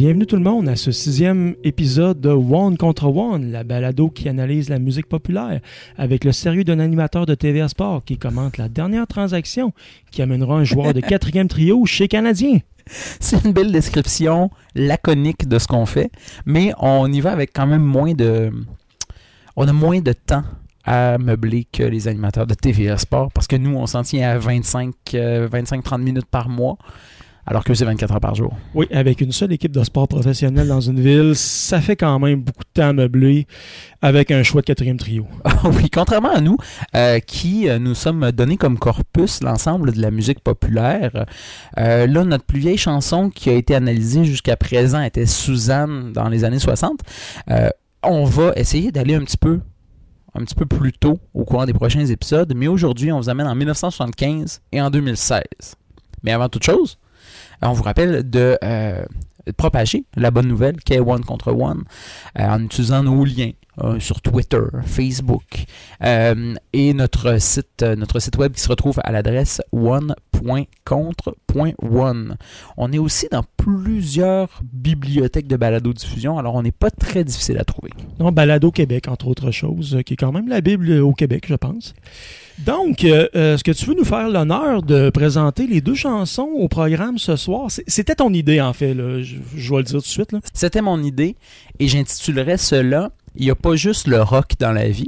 bienvenue tout le monde à ce 6e épisode de One contre One, la balado qui analyse la musique populaire avec le sérieux d'un animateur de TVA Sport qui commente la dernière transaction qui amènera un joueur de 4e trio chez Canadien. C'est une belle description laconique de ce qu'on fait, mais on y va avec quand même on a moins de temps à meubler que les animateurs de TVA Sport parce que nous, on s'en tient à 25-30 minutes par mois. Alors que c'est 24 heures par jour. Oui, avec une seule équipe de sport professionnel dans une ville, ça fait quand même beaucoup de temps à meubler avec un choix de 4e trio. Oui, contrairement à nous, qui nous sommes donnés comme corpus l'ensemble de la musique populaire. Là, notre plus vieille chanson qui a été analysée jusqu'à présent était Suzanne dans les années 60. On va essayer d'aller un petit peu plus tôt au courant des prochains épisodes, mais aujourd'hui, on vous amène en 1975 et en 2016. Mais avant toute chose, on vous rappelle de propager la bonne nouvelle qu'est One contre One en utilisant nos liens sur Twitter, Facebook et notre site web qui se retrouve à l'adresse one.contre.one. On est aussi dans plusieurs bibliothèques de balado-diffusion, alors on n'est pas très difficile à trouver. Non, Balado Québec, entre autres choses, qui est quand même la Bible au Québec, je pense. Donc, est-ce que tu veux nous faire l'honneur de présenter les 2 chansons au programme ce soir? C'était ton idée, en fait, là. Je vais le dire tout de suite, là. C'était mon idée, et j'intitulerais cela « Il n'y a pas juste le rock dans la vie ».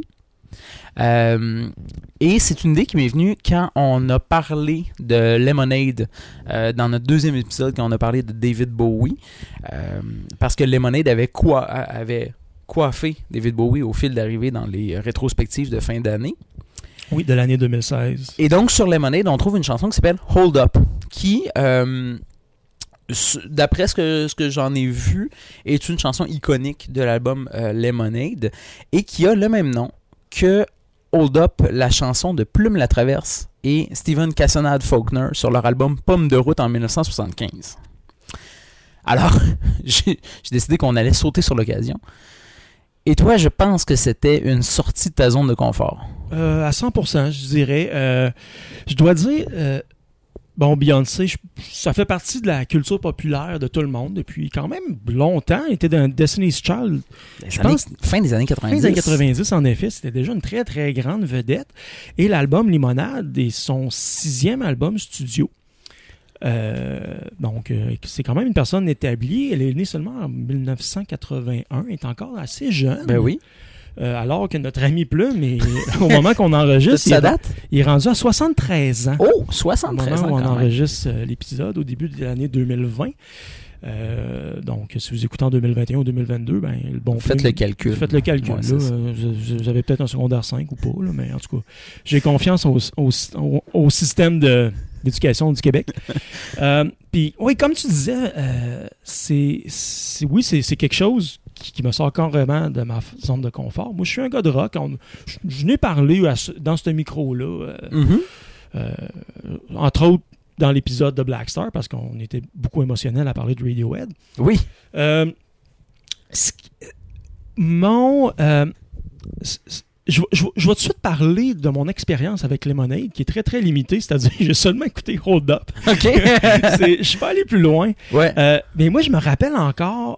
Et c'est une idée qui m'est venue quand on a parlé de Lemonade dans notre 2e épisode, quand on a parlé de David Bowie, parce que Lemonade avait coiffé David Bowie au fil d'arrivée dans les rétrospectives de fin d'année. Oui, de l'année 2016. Et donc, sur Lemonade, on trouve une chanson qui s'appelle « Hold Up », qui, d'après ce que j'en ai vu, est une chanson iconique de l'album Lemonade, et qui a le même nom que « Hold Up », la chanson de Plume la Traverse et Stephen Cassonade Faulkner sur leur album « Pomme de route » en 1975. Alors, j'ai décidé qu'on allait sauter sur l'occasion. Et toi, je pense que c'était une sortie de ta zone de confort. À 100%, je dirais. Je dois dire, Beyoncé, ça fait partie de la culture populaire de tout le monde depuis quand même longtemps. Elle était dans Destiny's Child. Fin des années 90. Fin des années 90, en effet. C'était déjà une très, très grande vedette. Et l'album Limonade est son 6e album studio. Donc, c'est quand même une personne établie. Elle est née seulement en 1981. Elle est encore assez jeune. Ben oui. Alors que notre ami Plume, au moment qu'on enregistre, il est rendu à 73 ans. Oh, 73 ans. Au moment où on enregistre l'épisode, au début de l'année 2020. Donc, si vous écoutez en 2021 ou 2022, ben, le bon Faites le calcul. Faites le calcul. Ouais, là, vous avez peut-être un secondaire 5 ou pas, là, mais en tout cas, j'ai confiance au système d'éducation du Québec. Puis, oui, comme tu disais, c'est quelque chose qui me sort carrément de ma zone de confort. Moi, je suis un gars de rock. Je n'ai parlé dans ce micro-là. Entre autres, dans l'épisode de Black Star, parce qu'on était beaucoup émotionnel à parler de Radiohead. Oui. Je vais tout de suite parler de mon expérience avec Lemonade, qui est très, très limitée, c'est-à-dire que j'ai seulement écouté Hold Up. OK. Je suis pas allé plus loin. Ouais. Mais moi, je me rappelle encore,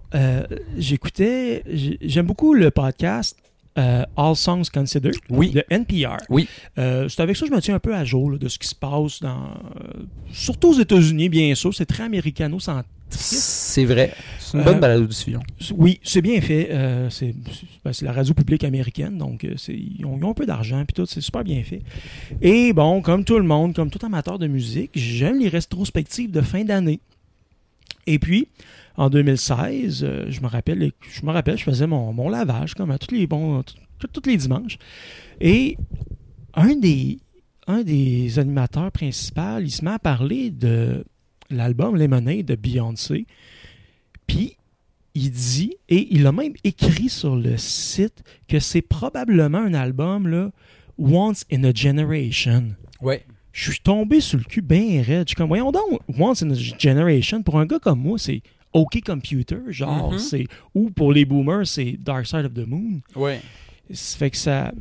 j'aime beaucoup le podcast All Songs Considered de NPR. Oui. C'est avec ça que je me tiens un peu à jour là, de ce qui se passe surtout aux États-Unis, bien sûr. C'est très américano-centriste. C'est vrai. C'est une bonne balado-diffusion. Oui, c'est bien fait. C'est la radio publique américaine, donc ils ont un peu d'argent puis tout, c'est super bien fait. Et bon, comme tout le monde, comme tout amateur de musique, j'aime les rétrospectives de fin d'année. Et puis, en 2016, je me rappelle, je faisais mon lavage comme à tous les dimanches. Et un des animateurs principaux, il se met à parler de l'album Lemonade de Beyoncé. Puis, il dit, et il a même écrit sur le site, que c'est probablement un album, là, Once in a Generation. Ouais. Je suis tombé sur le cul bien raide. Je suis comme, voyons donc, Once in a Generation, pour un gars comme moi, c'est OK Computer, genre, c'est, ou pour les boomers, c'est Dark Side of the Moon. Ouais. Ça a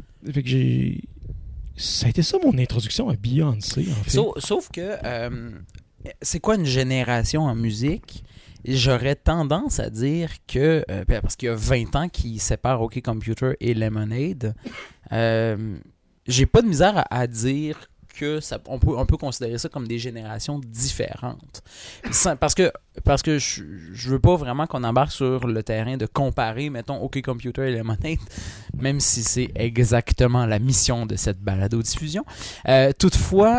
été ça mon introduction à Beyoncé, en fait. Sauf que, c'est quoi une génération en musique? j'aurais tendance à dire que, parce qu'il y a 20 ans qui séparent OK Computer et Lemonade, j'ai pas de misère à dire que on peut considérer ça comme des générations différentes. Parce que je veux pas vraiment qu'on embarque sur le terrain de comparer, mettons, OK Computer et Lemonade, même si c'est exactement la mission de cette balado-diffusion. Toutefois,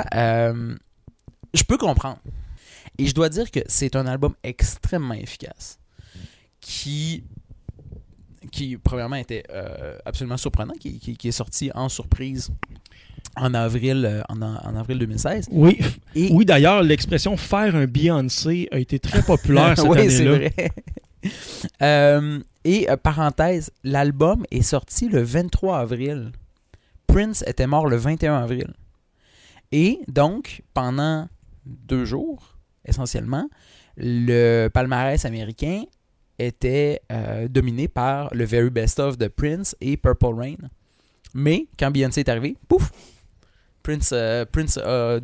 je peux comprendre. Et je dois dire que c'est un album extrêmement efficace qui premièrement, était absolument surprenant, qui est sorti en surprise en avril 2016. Oui, oui, d'ailleurs, l'expression « faire un Beyoncé » a été très populaire cette année-là. Oui, c'est vrai. Et parenthèse, l'album est sorti le 23 avril. Prince était mort le 21 avril. Et donc, pendant 2 jours, essentiellement, le palmarès américain était dominé par le Very Best Of de Prince et Purple Rain. Mais quand Beyoncé est arrivé, pouf! Prince a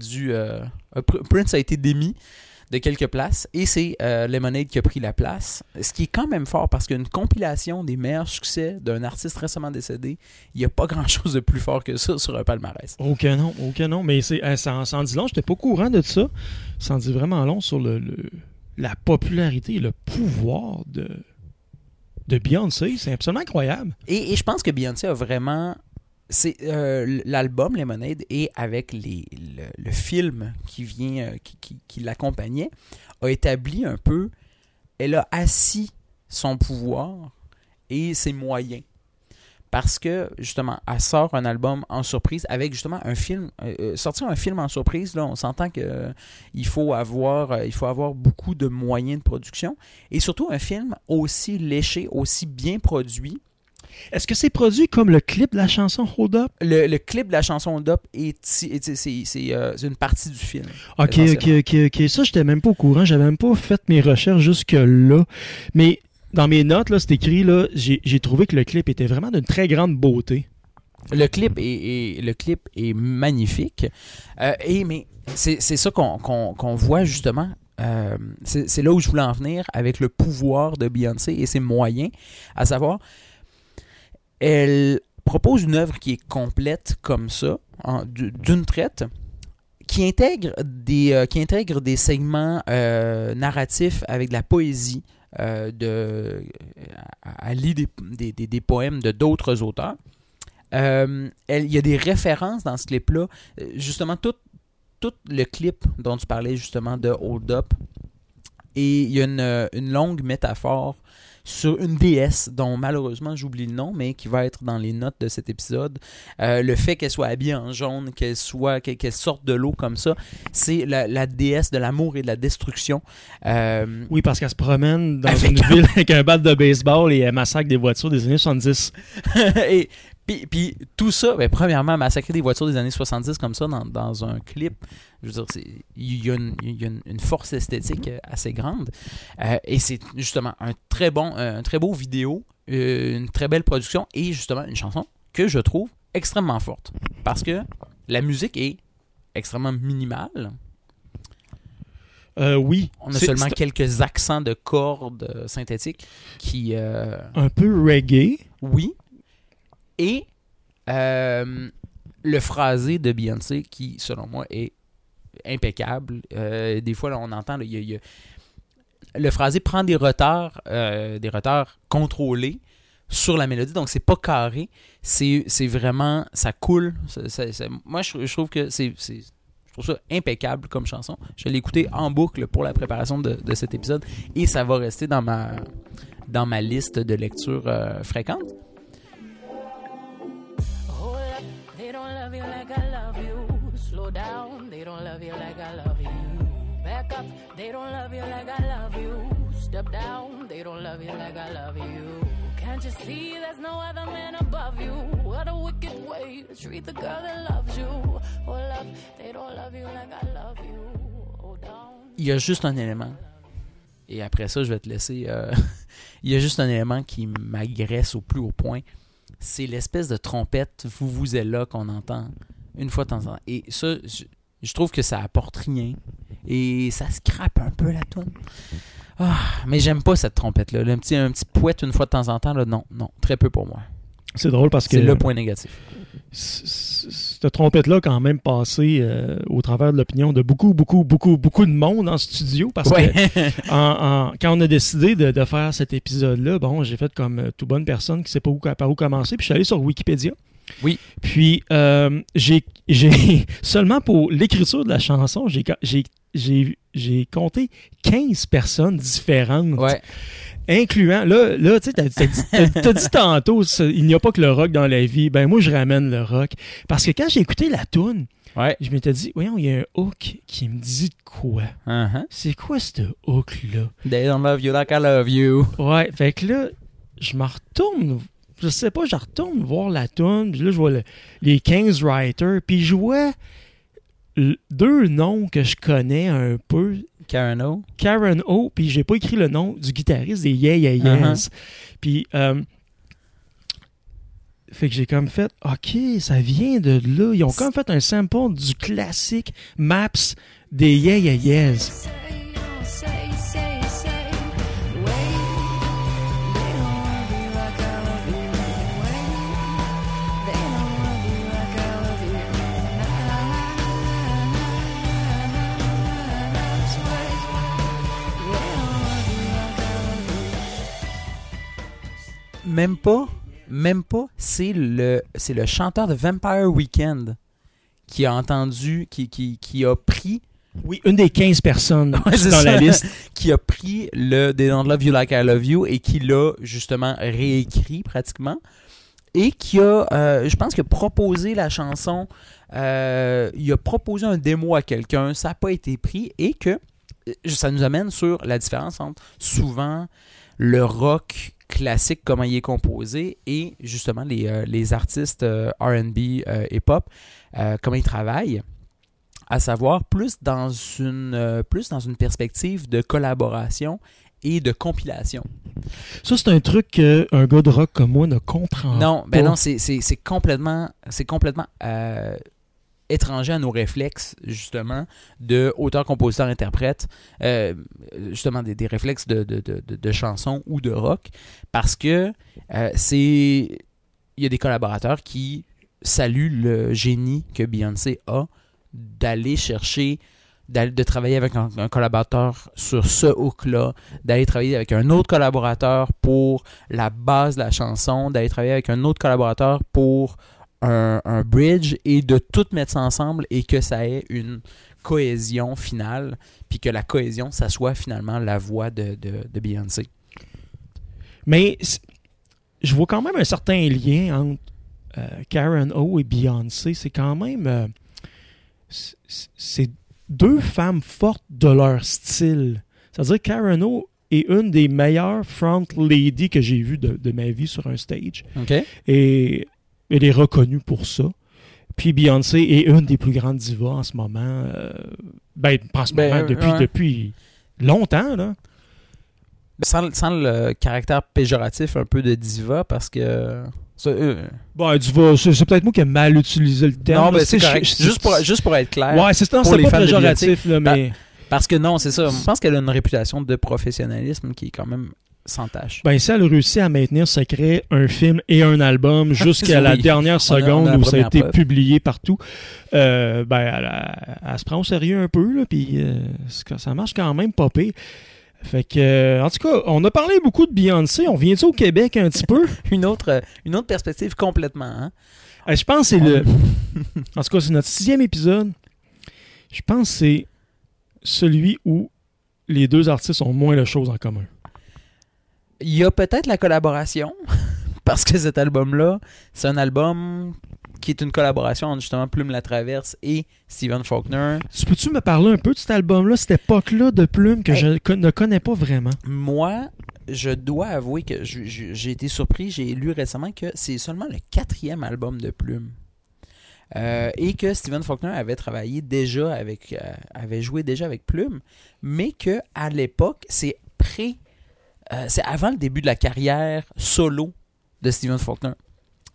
été démis de quelques places et c'est Lemonade qui a pris la place. Ce qui est quand même fort parce qu'une compilation des meilleurs succès d'un artiste récemment décédé, il n'y a pas grand-chose de plus fort que ça sur un palmarès. Ok non. Mais ça en dit long, je n'étais pas au courant de ça. Ça en dit vraiment long sur la popularité et le pouvoir de Beyoncé. C'est absolument incroyable. Et je pense que Beyoncé a vraiment... l'album Lemonade et avec le film qui l'accompagnait a établi un peu, elle a assis son pouvoir et ses moyens parce que justement elle sort un album en surprise avec justement un film, sortir un film en surprise là, on s'entend que il faut avoir beaucoup de moyens de production et surtout un film aussi léché, aussi bien produit. Est-ce que c'est produit comme le clip de la chanson Hold Up? Le clip de la chanson Hold Up c'est une partie du film. OK. Ça, j'étais même pas au courant. J'avais même pas fait mes recherches jusque-là. Mais dans mes notes, là, c'est écrit, là, j'ai trouvé que le clip était vraiment d'une très grande beauté. Le clip est magnifique. Mais c'est ça qu'on voit justement. C'est là où je voulais en venir avec le pouvoir de Beyoncé et ses moyens, à savoir... Elle propose une œuvre qui est complète comme ça, d'une traite, qui intègre des segments narratifs avec de la poésie, elle lit des poèmes de d'autres auteurs. Il y a des références dans ce clip-là. Justement, tout le clip dont tu parlais justement de Hold Up, et il y a une longue métaphore sur une déesse dont malheureusement j'oublie le nom, mais qui va être dans les notes de cet épisode. Le fait qu'elle soit habillée en jaune, qu'elle sorte de l'eau comme ça, c'est la déesse de l'amour et de la destruction. Oui, parce qu'elle se promène dans une ville avec un bat de baseball et elle massacre des voitures des années 70. Et puis tout ça, premièrement, massacrer des voitures des années 70 comme ça dans un clip, je veux dire, il y a une force esthétique assez grande. Et c'est justement un très beau vidéo, une très belle production et justement une chanson que je trouve extrêmement forte. Parce que la musique est extrêmement minimale. Oui. On a seulement quelques accents de cordes synthétiques qui... un peu reggae. Oui. Et le phrasé de Beyoncé qui, selon moi, est impeccable. Des fois, là, on entend, le phrasé prend des retards contrôlés sur la mélodie, donc c'est pas carré. C'est vraiment, ça coule. Moi, je trouve que je trouve ça impeccable comme chanson. Je l'ai écouté en boucle pour la préparation de cet épisode et ça va rester dans ma liste de lecture fréquente. Down, they don't love you like I love you. Back up, they don't love you like I love you. Step down, they don't love you like I love you. Can't you see there's no other man above you? What a wicked way to treat the girl that loves you. Oh love, they don't love you like I love you. Oh down. Il y a juste un élément. Et après ça, je vais te laisser. Il y a juste un élément qui m'agresse au plus haut point. C'est l'espèce de trompette vous-vous-êtes-là qu'on entend une fois de temps en temps. Et ça, je trouve que ça apporte rien. Et ça scrape un peu la toune. Mais j'aime pas cette trompette-là. Un petit pouette une fois de temps en temps, là, non, très peu pour moi. C'est drôle parce que... C'est le point négatif. Cette trompette-là a quand même passé au travers de l'opinion de beaucoup de monde en studio parce que quand on a décidé de faire cet épisode-là, bon, j'ai fait comme toute bonne personne qui sait pas par où commencer, puis je suis allé sur Wikipédia. Oui. Puis j'ai seulement pour l'écriture de la chanson, j'ai compté 15 personnes différentes. Ouais. Incluant, là tu sais, t'as dit tantôt, il n'y a pas que le rock dans la vie. Ben moi, je ramène le rock. Parce que quand j'ai écouté la toune, je m'étais dit, voyons, il y a un hook qui me dit de quoi? Uh-huh. C'est quoi ce hook-là? They don't love you like I love you. Ouais, fait que là, je me retourne, je sais pas, je retourne voir la toune, puis là, je vois les 15 writers, puis je vois 2 noms que je connais un peu. Karen O, puis j'ai pas écrit le nom du guitariste des Yeah Yeah Yeahs. Puis, fait que j'ai comme fait, OK, ça vient de là. Ils ont comme fait un sample du classique Maps des Yeah Yeah Yeahs. Même pas, c'est le chanteur de Vampire Weekend qui a entendu, qui a pris... Oui, une des 15 personnes dans la liste. Qui a pris le They Don't Love You Like I Love You et qui l'a justement réécrit pratiquement. Et qui a, je pense qu'il a proposé la chanson, il a proposé un démo à quelqu'un, ça n'a pas été pris et que ça nous amène sur la différence entre souvent le rock classique, comment il est composé, et justement les artistes R&B et pop, comment ils travaillent, à savoir plus dans une perspective de collaboration et de compilation. Ça, c'est un truc qu'un gars de rock comme moi ne comprend pas. Non, c'est complètement étranger à nos réflexes, justement, de auteur, compositeur, interprète, justement des réflexes de chansons ou de rock, parce que il y a des collaborateurs qui saluent le génie que Beyoncé a d'aller chercher, de travailler avec un collaborateur sur ce hook-là, d'aller travailler avec un autre collaborateur pour la base de la chanson, d'aller travailler avec un autre collaborateur pour un bridge et de tout mettre ça ensemble et que ça ait une cohésion finale, puis que la cohésion, ça soit finalement la voix de Beyoncé. Mais je vois quand même un certain lien entre Karen O et Beyoncé. C'est quand même... c'est 2 femmes fortes de leur style. C'est-à-dire que Karen O est une des meilleures front ladies que j'ai vues de ma vie sur un stage. Okay. Et elle est reconnue pour ça. Puis Beyoncé est une des plus grandes divas en ce moment. Depuis longtemps, là. Sans le caractère péjoratif un peu de diva, parce que... diva, c'est peut-être moi qui ai mal utilisé le terme. Non, mais c'est correct. Juste pour être clair. Ouais, c'est pas péjoratif, là, mais... Parce que non, c'est ça. Je pense qu'elle a une réputation de professionnalisme qui est quand même sans tâche. Si elle a réussi à maintenir secret un film et un album jusqu'à la dernière seconde où ça a été publié partout, elle se prend au sérieux un peu, là, puis ça marche quand même pas pire. Fait que, en tout cas, on a parlé beaucoup de Beyoncé. On vient-tu au Québec un petit peu? une autre perspective complètement, hein? Je pense que c'est en tout cas, c'est notre 6e épisode. Je pense que c'est celui où les 2 artistes ont moins de choses en commun. Il y a peut-être la collaboration, parce que cet album-là, c'est un album qui est une collaboration entre justement Plume La Traverse et Stephen Faulkner. Peux-tu me parler un peu de cet album-là, cette époque-là de Plume que je ne connais pas vraiment? Moi, je dois avouer que j'ai été surpris. J'ai lu récemment que c'est seulement le 4e album de Plume. Et que Stephen Faulkner avait travaillé déjà avait joué déjà avec Plume, mais que à l'époque, c'est avant le début de la carrière solo de Stephen Faulkner.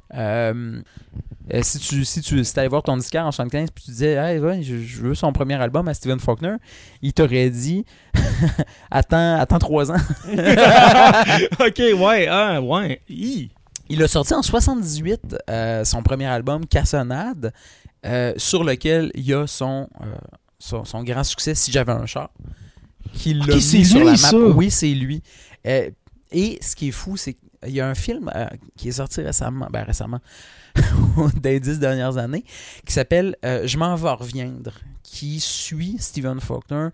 Si tu allais voir ton disquaire en 75 puis tu disais hey, ouais, je veux son premier album à Stephen Faulkner, il t'aurait dit attends 3 ans. OK, ouais, ouais. Il a sorti en 78 son premier album Cassonade, sur lequel il y a son grand succès Si j'avais un char, qui l'a mis sur la map. Ça. Oui, c'est lui. Et ce qui est fou, c'est qu'il y a un film qui est sorti récemment, des 10 dernières années, qui s'appelle Je m'en vais reviendre, qui suit Stephen Faulkner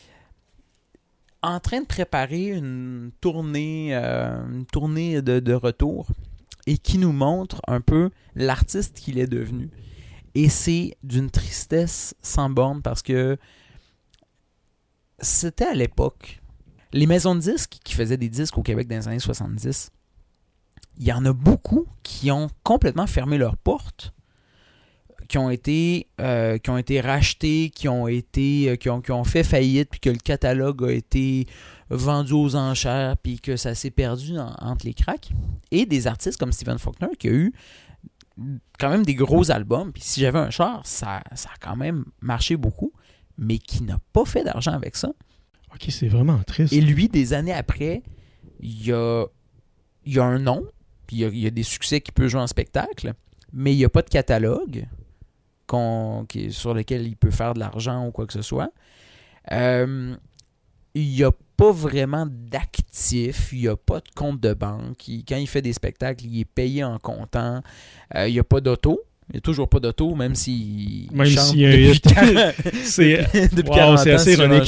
en train de préparer une tournée de retour et qui nous montre un peu l'artiste qu'il est devenu. Et c'est d'une tristesse sans borne parce que c'était à l'époque. Les maisons de disques qui faisaient des disques au Québec dans les années 70, il y en a beaucoup qui ont complètement fermé leurs portes, qui ont été rachetés, qui ont fait faillite, puis que le catalogue a été vendu aux enchères, puis que ça s'est perdu entre les cracks. Et des artistes comme Stephen Faulkner qui a eu quand même des gros albums, puis Si j'avais un char, ça a quand même marché beaucoup, mais qui n'a pas fait d'argent avec ça. OK, c'est vraiment triste. Et lui, des années après, il y a un nom, puis il y a des succès qu'il peut jouer en spectacle, mais il n'y a pas de catalogue sur lequel il peut faire de l'argent ou quoi que ce soit. Il n'y a pas vraiment d'actifs, il n'y a pas de compte de banque. Quand il fait des spectacles, il est payé en comptant. Il n'y a pas d'auto. Il n'y a toujours pas d'auto, même s'il chante depuis 40 ans, c'est assez ironique.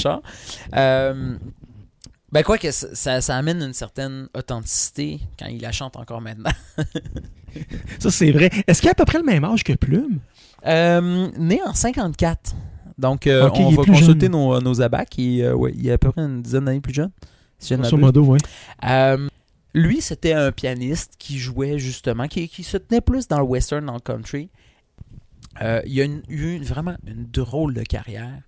Quoi que ça amène une certaine authenticité quand il la chante encore maintenant. Ça, c'est vrai. Est-ce qu'il a à peu près le même âge que Plume? Né en 54. Donc, okay, on va consulter nos abacs. Il est à peu près une dizaine d'années plus jeune. Si Grosso modo, oui. Lui, c'était un pianiste qui jouait justement, qui se tenait plus dans le western, dans le country. Il a eu vraiment une drôle de carrière.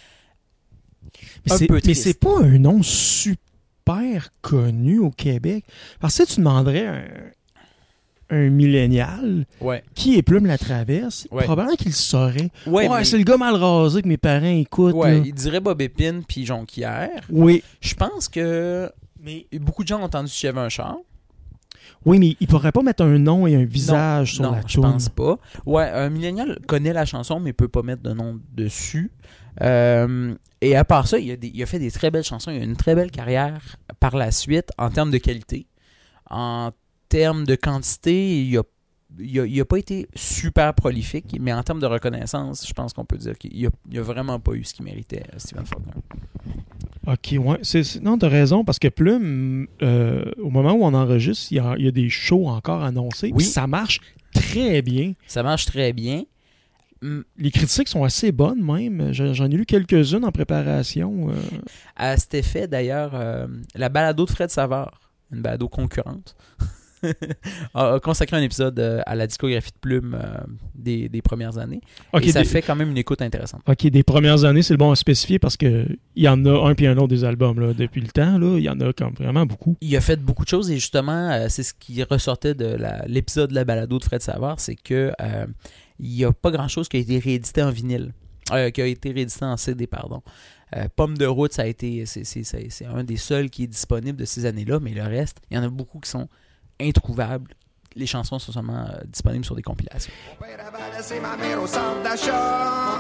Mais c'est pas un nom super connu au Québec. Parce que si tu demanderais un millénial qui est Plume la Traverse, probablement qu'il le saurait. Ouais, c'est le gars mal rasé que mes parents écoutent. Ouais, là. il dirait Bob Épine puis Jonquière. Oui. Je pense que beaucoup de gens ont entendu Si j'avais un char. Oui, mais il pourrait pas mettre un nom et un visage sur la toune. Non, je pense pas. Ouais, un millénial connaît la chanson, mais peut pas mettre de nom dessus. Et à part ça, il a fait des très belles chansons. Il a une très belle carrière par la suite en termes de qualité. En termes de quantité, il a pas été super prolifique, mais en termes de reconnaissance, je pense qu'on peut dire qu'il a vraiment pas eu ce qu'il méritait, Stephen Faulkner. OK, ouais. Non, t'as raison, parce que Plume, au moment où on enregistre, il y a des shows encore annoncés. Oui. Ça marche très bien. Ça marche très bien. Les critiques sont assez bonnes, même. J'en ai lu quelques-unes en préparation. À cet effet, d'ailleurs, la balado de Fred Savard, une balado concurrente, a consacré un épisode à la discographie de Plume des premières années. Okay, et ça fait quand même une écoute intéressante. OK, des premières années, c'est le bon à spécifier parce qu'il y en a un puis un autre des albums. Là. Depuis le temps, là, il y en a comme vraiment beaucoup. Il a fait beaucoup de choses et justement, c'est ce qui ressortait de l'épisode de la balado de Fred Savard, c'est que il n'y a pas grand-chose qui a été réédité en vinyle. Qui a été réédité en CD, pardon. Pomme de route, c'est un des seuls qui est disponible de ces années-là, mais le reste, il y en a beaucoup qui sont introuvables. Les chansons sont seulement disponibles sur des compilations. Mon père avait laissé ma mère au centre d'achat.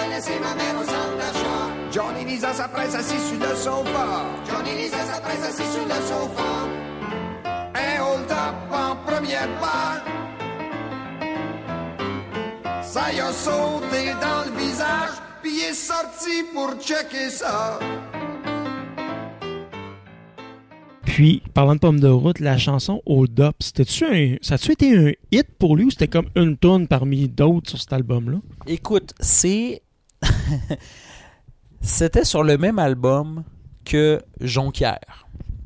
Johnny Lisa s'apprête assis sur le sofa. Un hold-up en première part. Ça y a sauté dans le visage, puis il est sorti pour checker ça. Puis, parlant de Pomme de route, la chanson Hold Up, ça a-tu été un hit pour lui ou c'était comme une tourne parmi d'autres sur cet album-là? Écoute, c'était sur le même album que Jonquière.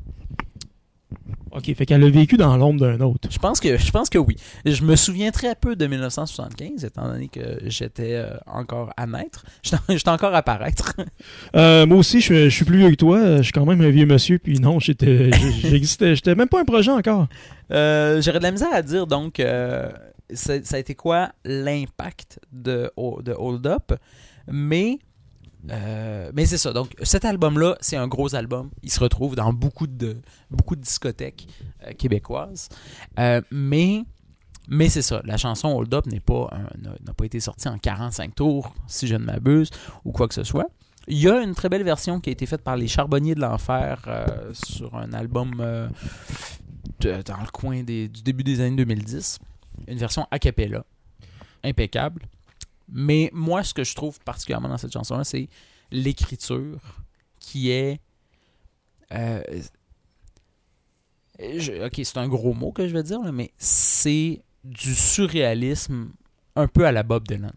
OK, fait qu'elle a vécu dans l'ombre d'un autre. Je pense que oui. Je me souviens très peu de 1975, étant donné que j'étais encore à naître. J'étais encore à paraître. Moi aussi, je suis plus vieux que toi. Je suis quand même un vieux monsieur, puis non, j'existais même pas un projet encore. J'aurais de la misère à dire, donc, ça a été quoi l'impact de Hold Up, mais c'est ça. Donc, cet album-là, c'est un gros album. Il se retrouve dans beaucoup de discothèques québécoises. Mais c'est ça. La chanson Hold Up n'a pas été sortie en 45 tours, si je ne m'abuse, ou quoi que ce soit. Il y a une très belle version qui a été faite par les Charbonniers de l'Enfer sur un album dans le coin du début des années 2010. Une version a cappella. Impeccable. Mais moi, ce que je trouve particulièrement dans cette chanson-là, c'est l'écriture qui est... OK, c'est un gros mot que je vais dire, là, mais c'est du surréalisme un peu à la Bob Dylan.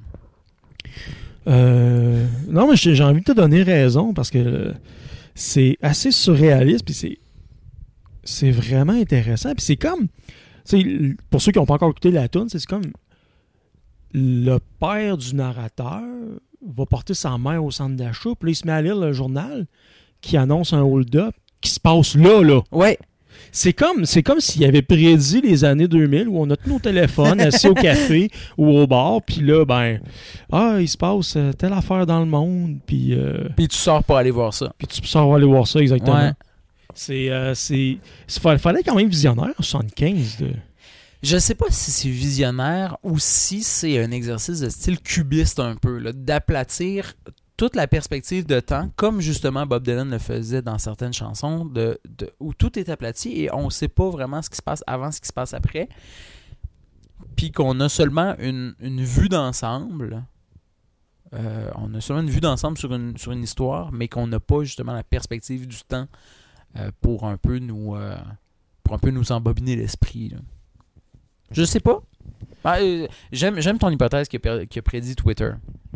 Non, mais j'ai envie de te donner raison parce que c'est assez surréaliste puis c'est vraiment intéressant. Puis c'est comme, pour ceux qui n'ont pas encore écouté la tune, c'est comme le père du narrateur va porter sa mère au centre d'achat, puis là, il se met à lire le journal qui annonce un hold-up qui se passe là. Ouais. C'est comme s'il avait prédit les années 2000 où on a tous nos téléphones assis au café ou au bar, puis là, il se passe telle affaire dans le monde, puis tu sors pour aller voir ça. Puis tu sors aller voir ça, exactement. Ouais. Fallait quand même visionnaire en 75. Je sais pas si c'est visionnaire ou si c'est un exercice de style cubiste un peu, là, d'aplatir toute la perspective de temps, comme justement Bob Dylan le faisait dans certaines chansons, où tout est aplati et on ne sait pas vraiment ce qui se passe avant, ce qui se passe après, puis qu'on a seulement une vue d'ensemble. On a seulement une vue d'ensemble sur une histoire, mais qu'on n'a pas justement la perspective du temps pour un peu nous embobiner l'esprit, là. Je sais pas. J'aime ton hypothèse qui a prédit Twitter.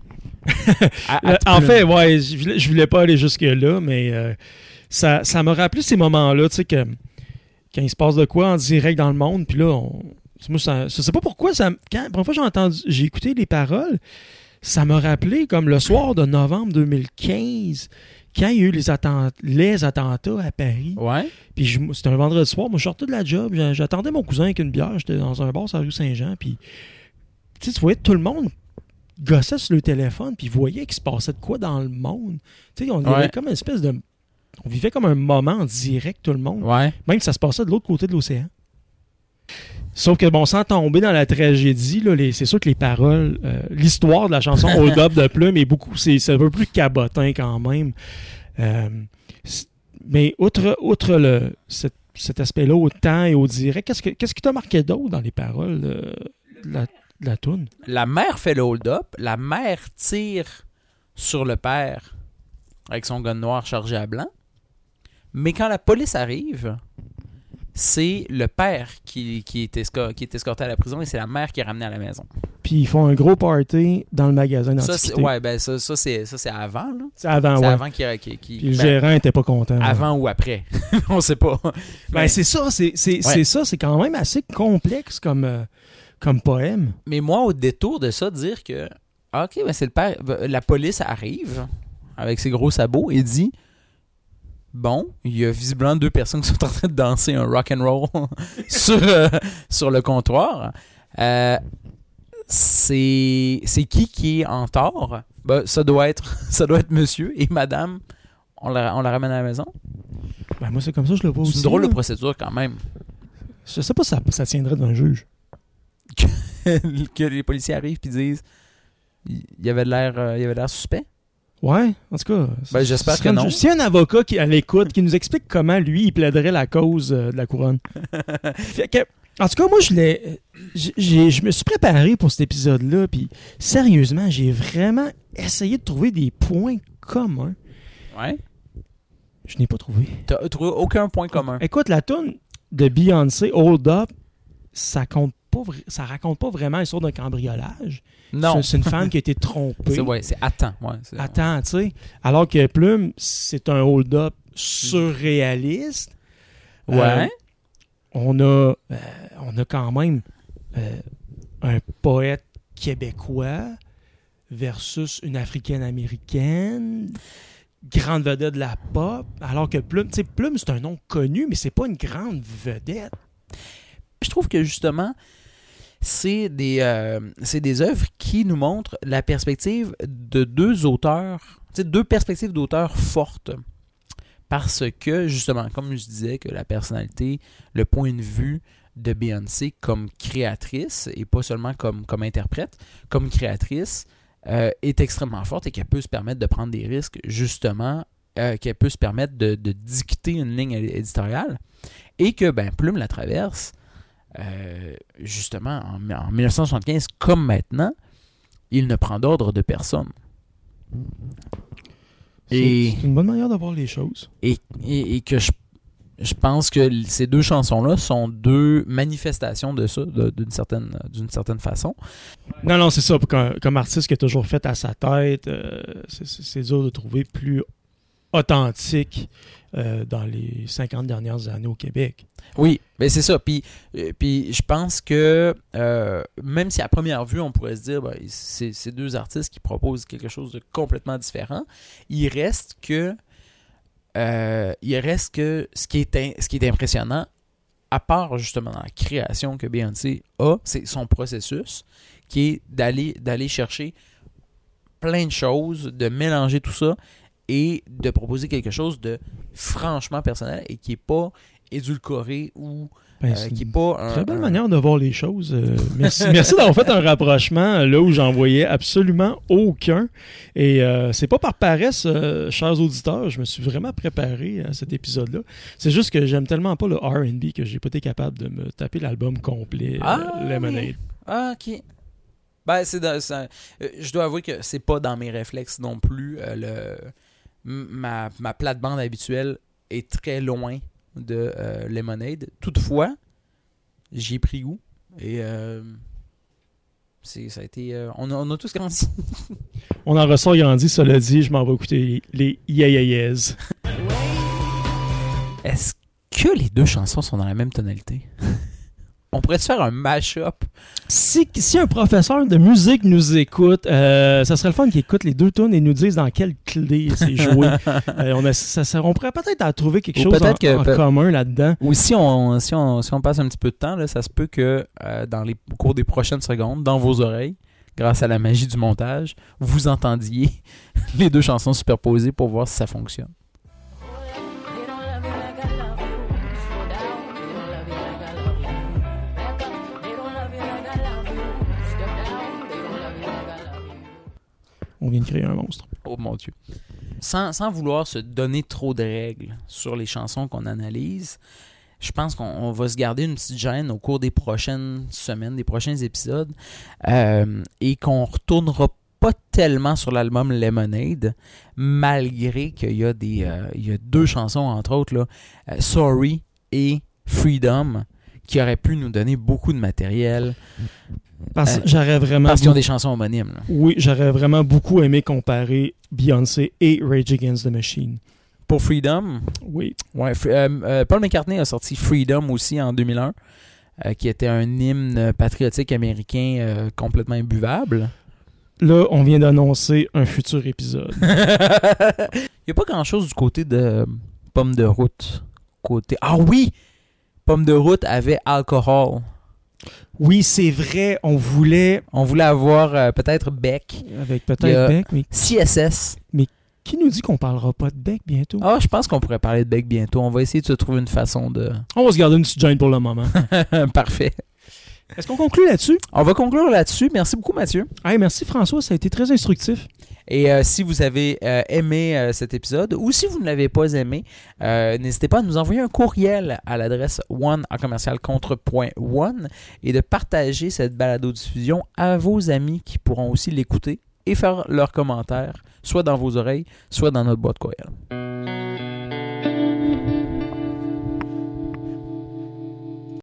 En fait, ouais, je voulais pas aller jusque-là, mais ça m'a rappelé ces moments-là, tu sais, que quand il se passe de quoi en direct dans le monde, puis là, moi, je sais pas pourquoi, la première fois j'ai écouté les paroles, ça m'a rappelé comme le soir de novembre 2015, quand il y a eu les attentats à Paris. Ouais. Puis c'était un vendredi soir, moi je sortais de la job, j'attendais mon cousin avec une bière, j'étais dans un bar sur la rue Saint-Jean, puis tu voyais tout le monde gossait sur le téléphone, puis voyait qu'il se passait de quoi dans le monde. Tu sais, on avait comme une espèce de... On vivait comme un moment en direct, tout le monde. Ouais. Même que ça se passait de l'autre côté de l'océan. Sauf que, bon, sans tomber dans la tragédie, là, c'est sûr que les paroles... l'histoire de la chanson Hold Up de Plume est beaucoup... C'est un peu plus cabotin quand même. Mais outre cet aspect-là, au temps et au direct, qu'est-ce qui t'a marqué d'autre dans les paroles de la toune? La mère fait le hold-up, la mère tire sur le père avec son gun noir chargé à blanc, mais quand la police arrive, c'est le père qui est escorté à la prison et c'est la mère qui est ramenée à la maison. Puis ils font un gros party dans le magasin d'antiquité. Ça c'est avant, là. C'est avant, c'est ouais. avant qu'il Puis le gérant était pas content. Avant ou après, on sait pas. C'est ça, c'est ça, c'est quand même assez complexe comme poème. Mais moi, au détour de ça, dire que OK, c'est le père. La police arrive avec ses gros sabots et dit bon, il y a visiblement 2 personnes qui sont en train de danser un rock and roll sur le comptoir. C'est qui est en tort? Ça doit être monsieur et madame. On la ramène à la maison. Moi, c'est comme ça que je le vois aussi. C'est une drôle de procédure quand même. Je sais pas si ça tiendrait devant un juge. Que les policiers arrivent et disent il y avait l'air suspect. Ouais, en tout cas. J'espère que non. S'il y a un avocat à l'écoute qui nous explique comment lui il plaiderait la cause de la couronne. En tout cas, moi je me suis préparé pour cet épisode-là, puis sérieusement, j'ai vraiment essayé de trouver des points communs. Ouais. Je n'ai pas trouvé. T'as trouvé aucun point commun. Écoute, la tune de Beyoncé, Hold Up, ça raconte pas vraiment l'histoire d'un cambriolage. Non. C'est une femme qui a été trompée. C'est attends. Attends, tu sais. Alors que Plume, c'est un hold-up surréaliste. Ouais. On a quand même un poète québécois versus une africaine-américaine, grande vedette de la pop, alors que Plume, tu sais, Plume, c'est un nom connu, mais c'est pas une grande vedette. Je trouve que justement, c'est des œuvres qui nous montrent la perspective de deux auteurs, deux perspectives d'auteurs fortes. Parce que, justement, comme je disais, que la personnalité, le point de vue de Beyoncé comme créatrice, et pas seulement comme interprète, comme créatrice, est extrêmement forte et qu'elle peut se permettre de prendre des risques, justement, qu'elle peut se permettre de dicter une ligne éditoriale, et que Plume la traverse, justement, en 1975, comme maintenant, il ne prend d'ordre de personne. C'est une bonne manière de voir les choses. Et que je pense que ces deux chansons-là sont deux manifestations de ça, d'une certaine façon. Non, c'est ça. Comme artiste qui a toujours fait à sa tête, c'est dur de trouver plus authentique dans les 50 dernières années au Québec. Oui, ben c'est ça. Puis je pense que même si à première vue, on pourrait se dire c'est deux artistes qui proposent quelque chose de complètement différent, il reste que ce qui est impressionnant, à part justement dans la création que Beyoncé a, c'est son processus, qui est d'aller chercher plein de choses, de mélanger tout ça et de proposer quelque chose de franchement personnel et qui n'est pas édulcoré ou qui n'est pas une très belle manière de voir les choses. Merci d'avoir fait un rapprochement là où j'en voyais absolument aucun. Et c'est pas par paresse, chers auditeurs, je me suis vraiment préparé à cet épisode-là. C'est juste que j'aime tellement pas le R&B que j'ai pas été capable de me taper l'album complet Lemonade. Ah, ok. Je dois avouer que c'est pas dans mes réflexes non plus. Ma plate-bande habituelle est très loin de Lemonade. Toutefois, j'y ai pris goût et ça a été... on a tous grandi. On en ressort grandi, cela dit, je m'en vais écouter les Yeah Yeah Yeahs. Est-ce que les deux chansons sont dans la même tonalité? On pourrait-tu faire un mash-up? Si un professeur de musique nous écoute, ça serait le fun qu'il écoute les deux tunes et nous dise dans quelle clé c'est joué. On pourrait peut-être en trouver quelque chose en commun là-dedans. Ou si on passe un petit peu de temps, là, ça se peut que au cours des prochaines secondes, dans vos oreilles, grâce à la magie du montage, vous entendiez les deux chansons superposées pour voir si ça fonctionne. On vient de créer un monstre. Oh mon Dieu. Sans vouloir se donner trop de règles sur les chansons qu'on analyse, je pense qu'on va se garder une petite gêne au cours des prochaines semaines, des prochains épisodes, et qu'on retournera pas tellement sur l'album Lemonade, malgré qu'il y a deux chansons, entre autres, là, Sorry et Freedom, qui auraient pu nous donner beaucoup de matériel. Parce qu'ils ont des chansons homonymes. Là. Oui, j'aurais vraiment beaucoup aimé comparer Beyoncé et Rage Against the Machine. Pour Freedom? Oui. Ouais, Paul McCartney a sorti Freedom aussi en 2001, qui était un hymne patriotique américain complètement imbuvable. Là, on vient d'annoncer un futur épisode. Il n'y a pas grand-chose du côté de Pomme de route. Ah oui! Pomme de route avait Alcohol. Oui, c'est vrai. On voulait avoir peut-être Beck. Avec peut-être Beck, mais... CSS. Mais qui nous dit qu'on parlera pas de Beck bientôt? Ah, je pense qu'on pourrait parler de Beck bientôt. On va essayer de se trouver une façon de... On va se garder une petite gêne pour le moment. Parfait. Est-ce qu'on conclut là-dessus? On va conclure là-dessus. Merci beaucoup, Mathieu. Hey, merci, François. Ça a été très instructif. Et si vous avez aimé cet épisode ou si vous ne l'avez pas aimé, n'hésitez pas à nous envoyer un courriel à l'adresse one@contre.one et de partager cette balado-diffusion à vos amis qui pourront aussi l'écouter et faire leurs commentaires, soit dans vos oreilles, soit dans notre boîte courriel.